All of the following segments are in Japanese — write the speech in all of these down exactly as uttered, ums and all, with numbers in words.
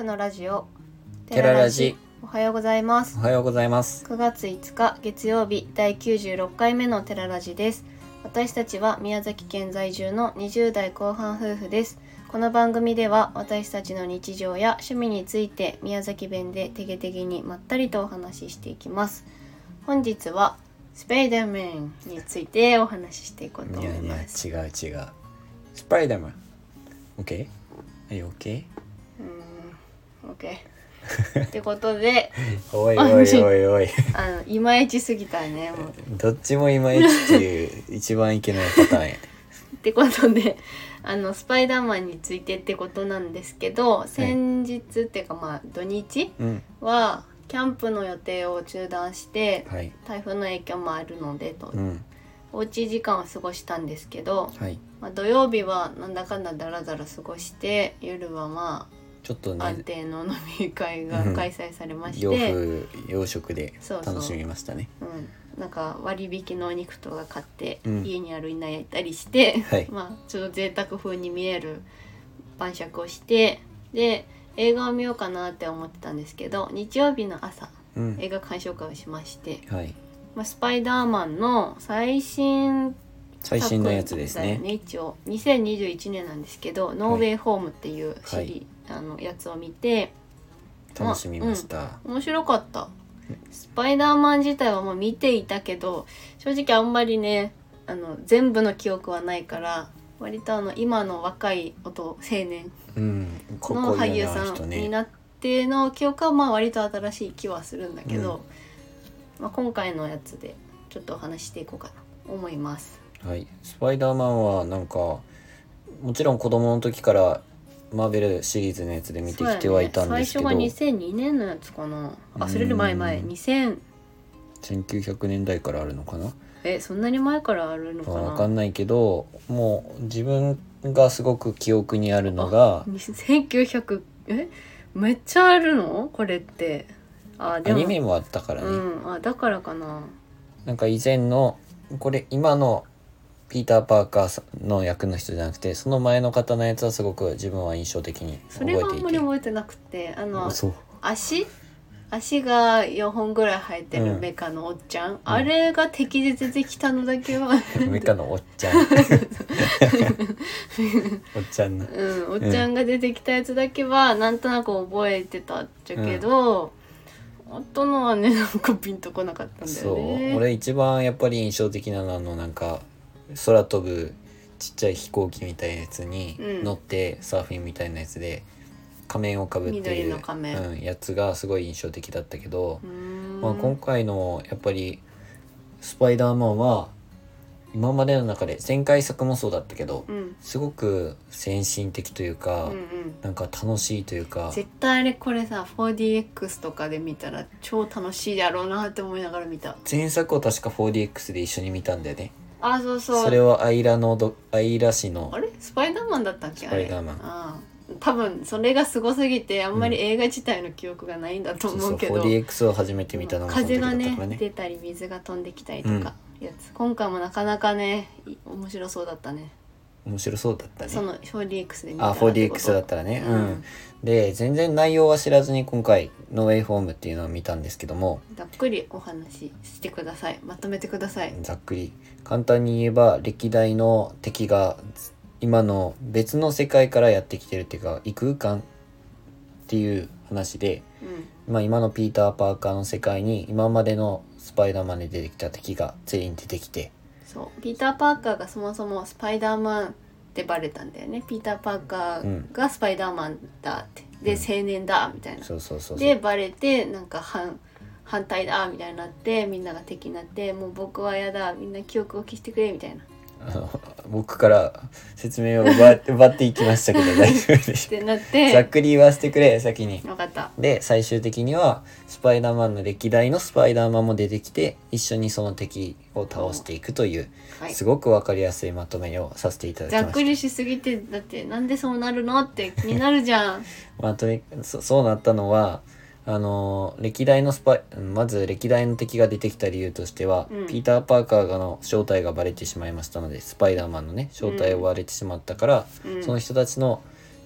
のラジオテララジ。 おはようございます。 おはようございます。 くがついつか月曜日だいきゅうじゅうろっかいめのテララジです。私たちは宮崎県在住のにじゅうだいこう半夫婦です。この番組では私たちの日常や趣味について宮崎弁でてげてげにまったりとお話ししていきます。本日はスパイダーマンについてお話ししていこうと思います。 いやいや違う違う。スパイダーマン OK? Are you OK? うーん OK ってことでおいおいおいおいあのいまいちすぎたねもうどっちもいまいちっていう一番いけないパターンやねってことであのスパイダーマンについてってことなんですけど、先日っていうかまあ土日うんはキャンプの予定を中断して、 はい、 台風の影響もあるのでと、 うん、 おうち時間を過ごしたんですけど、 はい、 まあ、土曜日はなんだかんだだらだら過ごして、夜はまちょっとあ安ね定の飲み会が開催されまして、 洋風洋食でそうそう楽しみましたね。 うん、なんか割引のお肉とか買って、 うん家にあるいな焼いたりして、 はいまあちょっと贅沢風に見える晩酌をして、で映画を見ようかなって思ってたんですけど、日曜日の朝、 うん、 映画鑑賞会をしまして、 はいまあ、スパイダーマンの最新最新のやつですね。 一応にせんにじゅういちねんなんですけど、ノーウェイホームっていうシリ、 はいあのやつを見て楽しみました、 まうん、面白かった。スパイダーマン自体はもう見ていたけど、正直あんまりねあの全部の記憶はないから、割とあの今の若い音青年うん、この俳優こさ人ねんになっての記憶はまあ割と新しい気はするんだけど、うんまあ、今回のやつでちょっとお話していこうかなと思います。 はい、スパイダーマンはなんかもちろん子供の時からマーベルシリーズのやつで見てきてはいたんですけど、 ね、最初がにせんにねんのやつかなあ、それより前前にせんせんきゅうひゃくねんだいからあるのかな、 えそんなに前からあるのかな、 分かんないけど、もう自分がすごく記憶にあるのがせんきゅうひゃくえめっちゃあるのこれって。あでもアニメもあったからね、 うん、あだからかな。 なんか以前のこれ今のピーター・パーカーの役の人じゃなくて、その前の方のやつはすごく自分は印象的に覚えていて、 それはあんまり覚えてなくて、あのそう足足がよんほんぐらい生えてるメカのおっちゃん、うん、あれが敵で出てきたのだけはメカのおっちゃんおっちゃんの、 うん、おっちゃんが出てきたやつだけはなんとなく覚えてたっちゃけど、うん、あとのはねなんかピンとこなかったんだよね。 そう俺一番やっぱり印象的なのはあのなんか空飛ぶちっちゃい飛行機みたいなやつに乗ってサーフィンみたいなやつで仮面をかぶってる、うん、やつがすごい印象的だったけど、まあ、今回のやっぱりスパイダーマンは今までの中で前回作もそうだったけど、うん、すごく先進的というか、うんうん、なんか楽しいというか、 絶対あれこれさ フォーディーエックス とかで見たら超楽しいだろうなって思いながら見た。 前作を確か フォーディーエックス で一緒に見たんだよね。 あ、そうそう。 それはアイラのどアイラ市のあれスパイダーマンだったっけ？ スパイダーマン。 ああ多分それがすごすぎてあんまり映画自体の記憶がないんだと思うけど、うん、そうそうフォーディーエックス を初めて見たのがその時だったからね。 風がね出たり水が飛んできたりとか、うん、やつ今回もなかなかね面白そうだったね。 面白そうだったね。 その フォーディーエックス で見たらあ フォーディーエックス だったらね、うん、うん、で全然内容は知らずに今回ノーウェイホームっていうのを見たんですけども、 ざっくりお話ししてください。まとめてください。 ざっくり簡単に言えば歴代の敵が今の別の世界からやってきてるっていうか異空間っていう話で、うんまあ、今のピーター・パーカーの世界に今までのスパイダーマンで出てきた敵が全員出てきて、 そうピーター・パーカーがそもそもスパイダーマンってバレたんだよね。ピーター・パーカーがスパイダーマンだって、うん、で青年だみたいな、 そうそうそうそうでバレてなんか反反対だみたいになってみんなが敵になって、もう僕はやだみんな記憶を消してくれみたいな、 あの僕から説明を奪って奪っていきましたけど大丈夫でしょってなってざっくり言わせてくれ先に。 分かった。 で最終的にはスパイダーマンの歴代のスパイダーマンも出てきて一緒にその敵を倒していくという、はい、すごく分かりやすいまとめをさせていただきました。 ざっくりしすぎてだってなんでそうなるのって気になるじゃんまあ、とにそそうなったのはあの歴代のスパイまず歴代の敵が出てきた理由としては、うん、ピーター・パーカーの正体がバレてしまいましたので、スパイダーマンのね正体をバレてしまったから、うん、その人たちの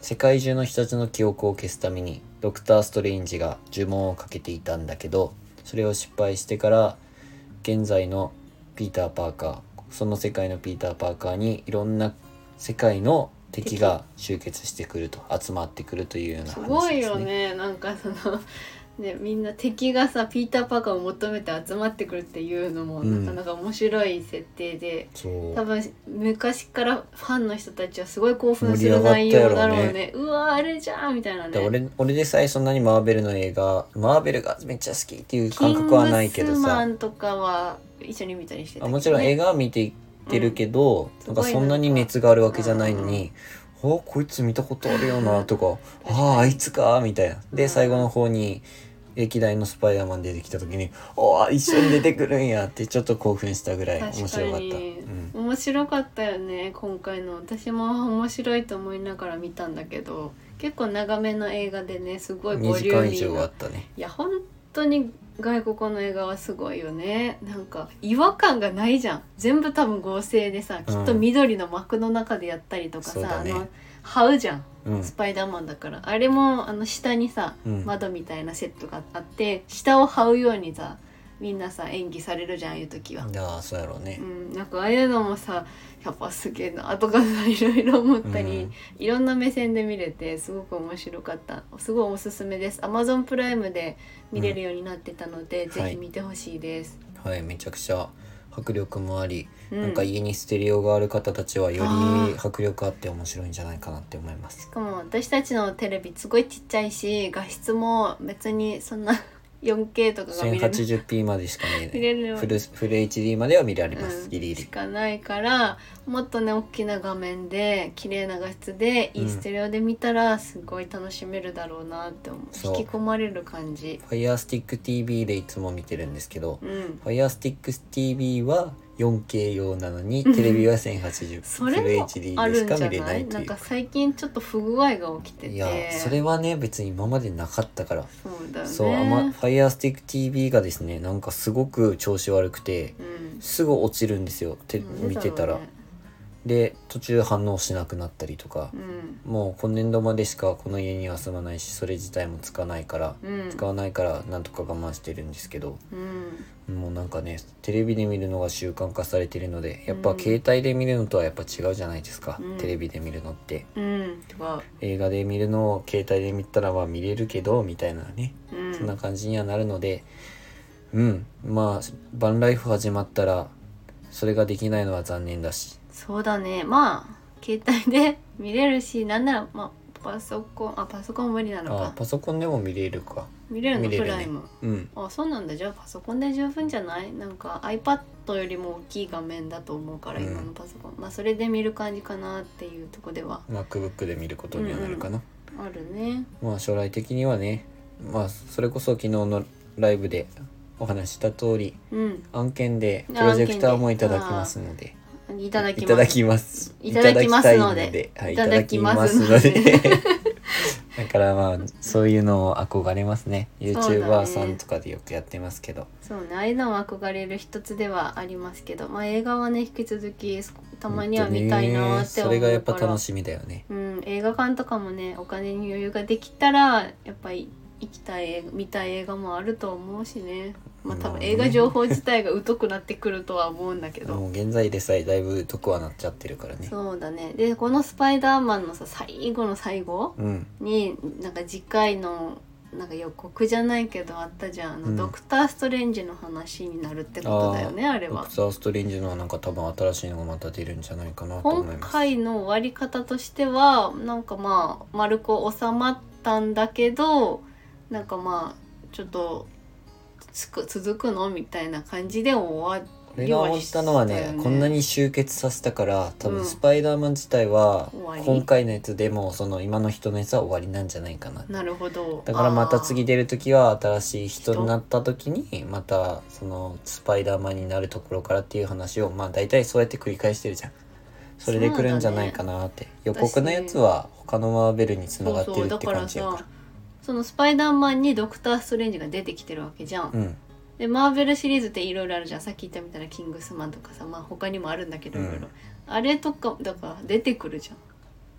世界中の人たちの記憶を消すためにドクター・ストレインジが呪文をかけていたんだけど、それを失敗してから現在のピーター・パーカー、その世界のピーター・パーカーにいろんな世界の敵が集結してくると、集まってくるというような話ですね。 すごいよね。なんかそのね、みんな敵がさピーター・パーカーを求めて集まってくるっていうのもなかなか面白い設定で、 うん、 多分昔からファンの人たちはすごい興奮する内容だろうね。ねうわあれじゃんみたいなね。 俺, 俺でさえそんなにマーベルの映画マーベルがめっちゃ好きっていう感覚はないけどさ、 キングスマンとかは一緒に見たりしてたけど、ね、 もちろん映画は見ていってるけど、うん、なんかそんなに熱があるわけじゃないのに、うん、あこいつ見たことあるよなとかあああいつかみたいなで、最後の方に歴代のスパイダーマン出てきた時におー一緒に出てくるんやってちょっと興奮したぐらい面白かった、 うん、面白かったよね今回の。私も面白いと思いながら見たんだけど、結構長めの映画でね、すごいボリューミーな、にじかん以上あったね。いや本当に外国の映画はすごいよね。なんか違和感がないじゃん。全部多分合成でさ、きっと緑の幕の中でやったりとかさ、うん、あの這うじゃん、うん、スパイダーマンだから。あれもあの下にさ、うん、窓みたいなセットがあって下を這うようにさみんなさ演技されるじゃん、ああいう時は。 いやそうやろうね、 うん、なんかああいうのもさやっぱすげえなとかさいろいろ思ったり、うん、いろんな目線で見れてすごく面白かった。すごいおすすめです。 Amazon プライムで見れるようになってたので、うん、ぜひ見てほしいです。 はい、はい、めちゃくちゃ迫力もあり、うん、なんか家にステレオがある方たちはより迫力あって面白いんじゃないかなって思います。 しかも私たちのテレビすごいちっちゃいし、画質も別にそんなよんケー とかが見れるせんはちじゅうピー までしか見れない。見れるフル、フル エイチディー までは見られます、うん、ギリギリしかないから、もっとね大きな画面で綺麗な画質でいいステレオで見たらすごい楽しめるだろうなって思う、うん、引き込まれる感じ。 Fire Stick ティーブイ でいつも見てるんですけど、 うん、 Fire Stick ティーブイ は よんケー 用なのにテレビは せんはちじゅう フル エイチディー でしか見れないという。 なんか最近ちょっと不具合が起きてて、 いやそれはね別に今までなかったから。 そうだよね。 そう、ま、Fire Stick ティーブイ がですねなんかすごく調子悪くて、うん、すぐ落ちるんですよて、うん、見てたら、ね、で途中反応しなくなったりとか、うん、もう今年度までしかこの家には住まないしそれ自体もつかないから、うん、使わないからなんとか我慢してるんですけど、うん、もうなんかねテレビで見るのが習慣化されてるのでやっぱ携帯で見るのとはやっぱ違うじゃないですか、うん、テレビで見るのって、うん、映画で見るのを携帯で見たらまあ見れるけどみたいなね、うん、そんな感じにはなるので、うんまあバンライフ始まったらそれができないのは残念だし。 そうだね、まあ携帯で見れるし、なんならまあパソコンあパソコン無理なのか。 あパソコンでも見れるか。 見れるの、プライム、 うん、 あそうなんだ。じゃあパソコンで十分じゃない。なんか iPad よりも大きい画面だと思うから、うん、今のパソコンまあそれで見る感じかなっていうとこでは MacBook で見ることにはなるかな、 うんうん、あるね。 まあ将来的にはね、まあそれこそ昨日のライブでお話した通り、うん、案件でプロジェクターもいただきますので、 いただきます。 いただきます。 いただきますので、 はい、いただきますので。だからまあそういうのを憧れますね。YouTuber さんとかでよくやってますけど。 そうね、ああいうのは憧れる一つではありますけど、まあ映画はね引き続きたまには見たいなって思うから。それがやっぱ楽しみだよね。 うん、映画館とかもねお金に余裕ができたらやっぱり行きたい見たい映画もあると思うしね。まあ多分映画情報自体が疎くなってくるとは思うんだけど、 もう現在でさえだいぶ疎くはなっちゃってるからね。 そうだね。でこのスパイダーマンのさ最後の最後、うん、になんか次回のなんか予告じゃないけどあったじゃん、あの、うん、ドクターストレンジの話になるってことだよね。 あ, あれはドクターストレンジのなんか多分新しいのがまた出るんじゃないかなと思います。 今回の終わり方としてはなんかまあ丸く収まったんだけど、なんかまあちょっとつく続くのみたいな感じで終わり俺が思ったのはね、こんなに集結させたから多分スパイダーマン自体は、うん、今回のやつでもその今の人のやつは終わりなんじゃないかな。 なるほど。 だからまた次出る時は新しい人になった時にまたそのスパイダーマンになるところからっていう話をまあ大体そうやって繰り返してるじゃん。それで来るんじゃないかなって、ね、予告のやつは他のマーベルに繋がってるって感じやから。そうそうだからさ、 そのスパイダーマンにドクターストレンジが出てきてるわけじゃん、うん、でマーベルシリーズっていろいろあるじゃん。さっき言ったみたいなキングスマンとかさ、まあ他にもあるんだけどいろいろ、あれとかだから出てくるじゃん。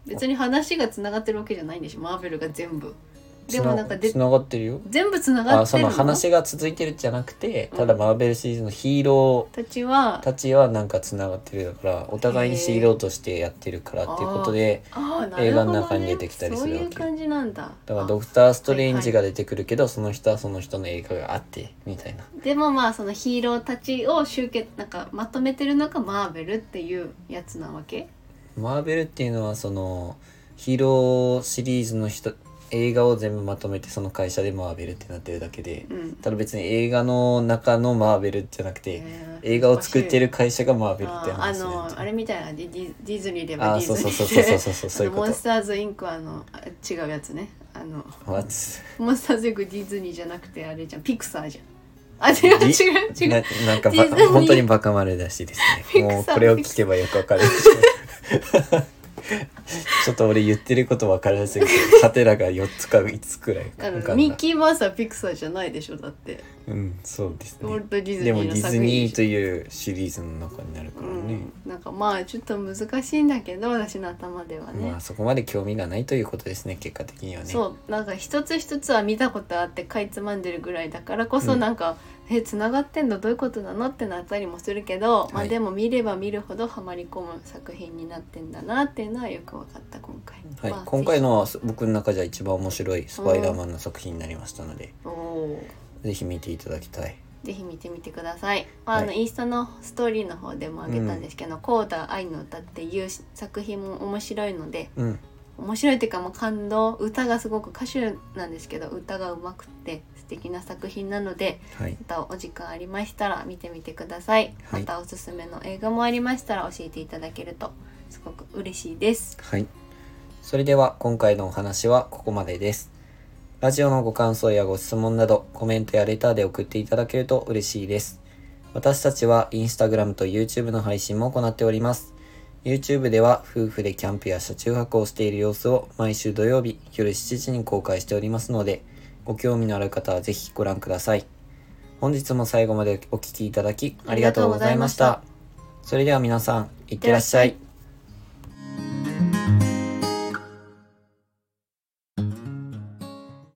別に話がつながってるわけじゃないんでしょ、マーベルが全部。でもなんかでつながってるよ。 全部つながってるの？ あ、その話が続いてるじゃなくて、ただマーベルシリーズのヒーローたちはたちはなんかつながってるだからお互いにヒーローとしてやってるからっていうことで映画の中に出てきたりするわけ。 そういう感じなんだ。 だからドクターストレンジが出てくるけど、はいはい、その人はその人の映画があってみたいな。 でもまあそのヒーローたちを集結なんかまとめてるのがマーベルっていうやつなわけ？ マーベルっていうのはそのヒーローシリーズの人映画を全部まとめてその会社でマーベルってなってるだけで、うん、ただ別に映画の中のマーベルじゃなくて、えー、映画を作ってる会社がマーベルって話あのあれみたいなディディズニーではディズニーで、 あ、そうそうそうそうそうそういうこと。 モンスターズインクはあの違うやつね、あのモンスターズインクディズニーじゃなくてあれじゃん、ピクサーじゃん。あ、違う違う違う。な, なんか本当にバカ丸だしですね。もうこれを聞けばよくわかるでしょう。ちょっと俺言ってること分からなすぎてハテナがよっつかいつつくらいあのミッキーマウスはピクサーじゃないでしょ、だって。 うん、そうですね。 ウォルト・ディズニーでもデの作ィズニ品ーというシリーズの中になるからね、 うん、なんかまあちょっと難しいんだけど私の頭ではね、 まあそこまで興味がないということですね、結果的にはね。 そうなんか一つ一つは見たことあってかいつまんでるぐらいだからこそなんか、うん、え繋がってんのどういうことなのってなったりもするけど、はい、まあでも見れば見るほどハマり込む作品になってんだなっていうのはよく分かった今回。 はい、 まあ、 今回のは僕の中じゃ一番面白いスパイダーマンの作品になりましたので、ぜひ見ていただきたい。 ぜひ見てみてください。まあ、はい、あのインスタのストーリーの方でもあげたんですけど、うん、コーダ愛の歌っていう作品も面白いので、うん、面白いっていうかもう感動、歌がすごく歌手なんですけど歌がうまくて素敵な作品なので、はい、またお時間ありましたら見てみてください。はい、またおすすめの映画もありましたら教えていただけるとすごく嬉しいです。 はい、それでは今回のお話はここまでです。ラジオのご感想やご質問などコメントやレターで送っていただけると嬉しいです。私たちはインスタグラムと YouTube の配信も行っております。YouTube では夫婦でキャンプや車中泊をしている様子を毎週土曜日夜しちじに公開しておりますので、ご興味のある方はぜひご覧ください。本日も最後までお聞きいただきありがとうございました。それでは皆さん、いってらっしゃい。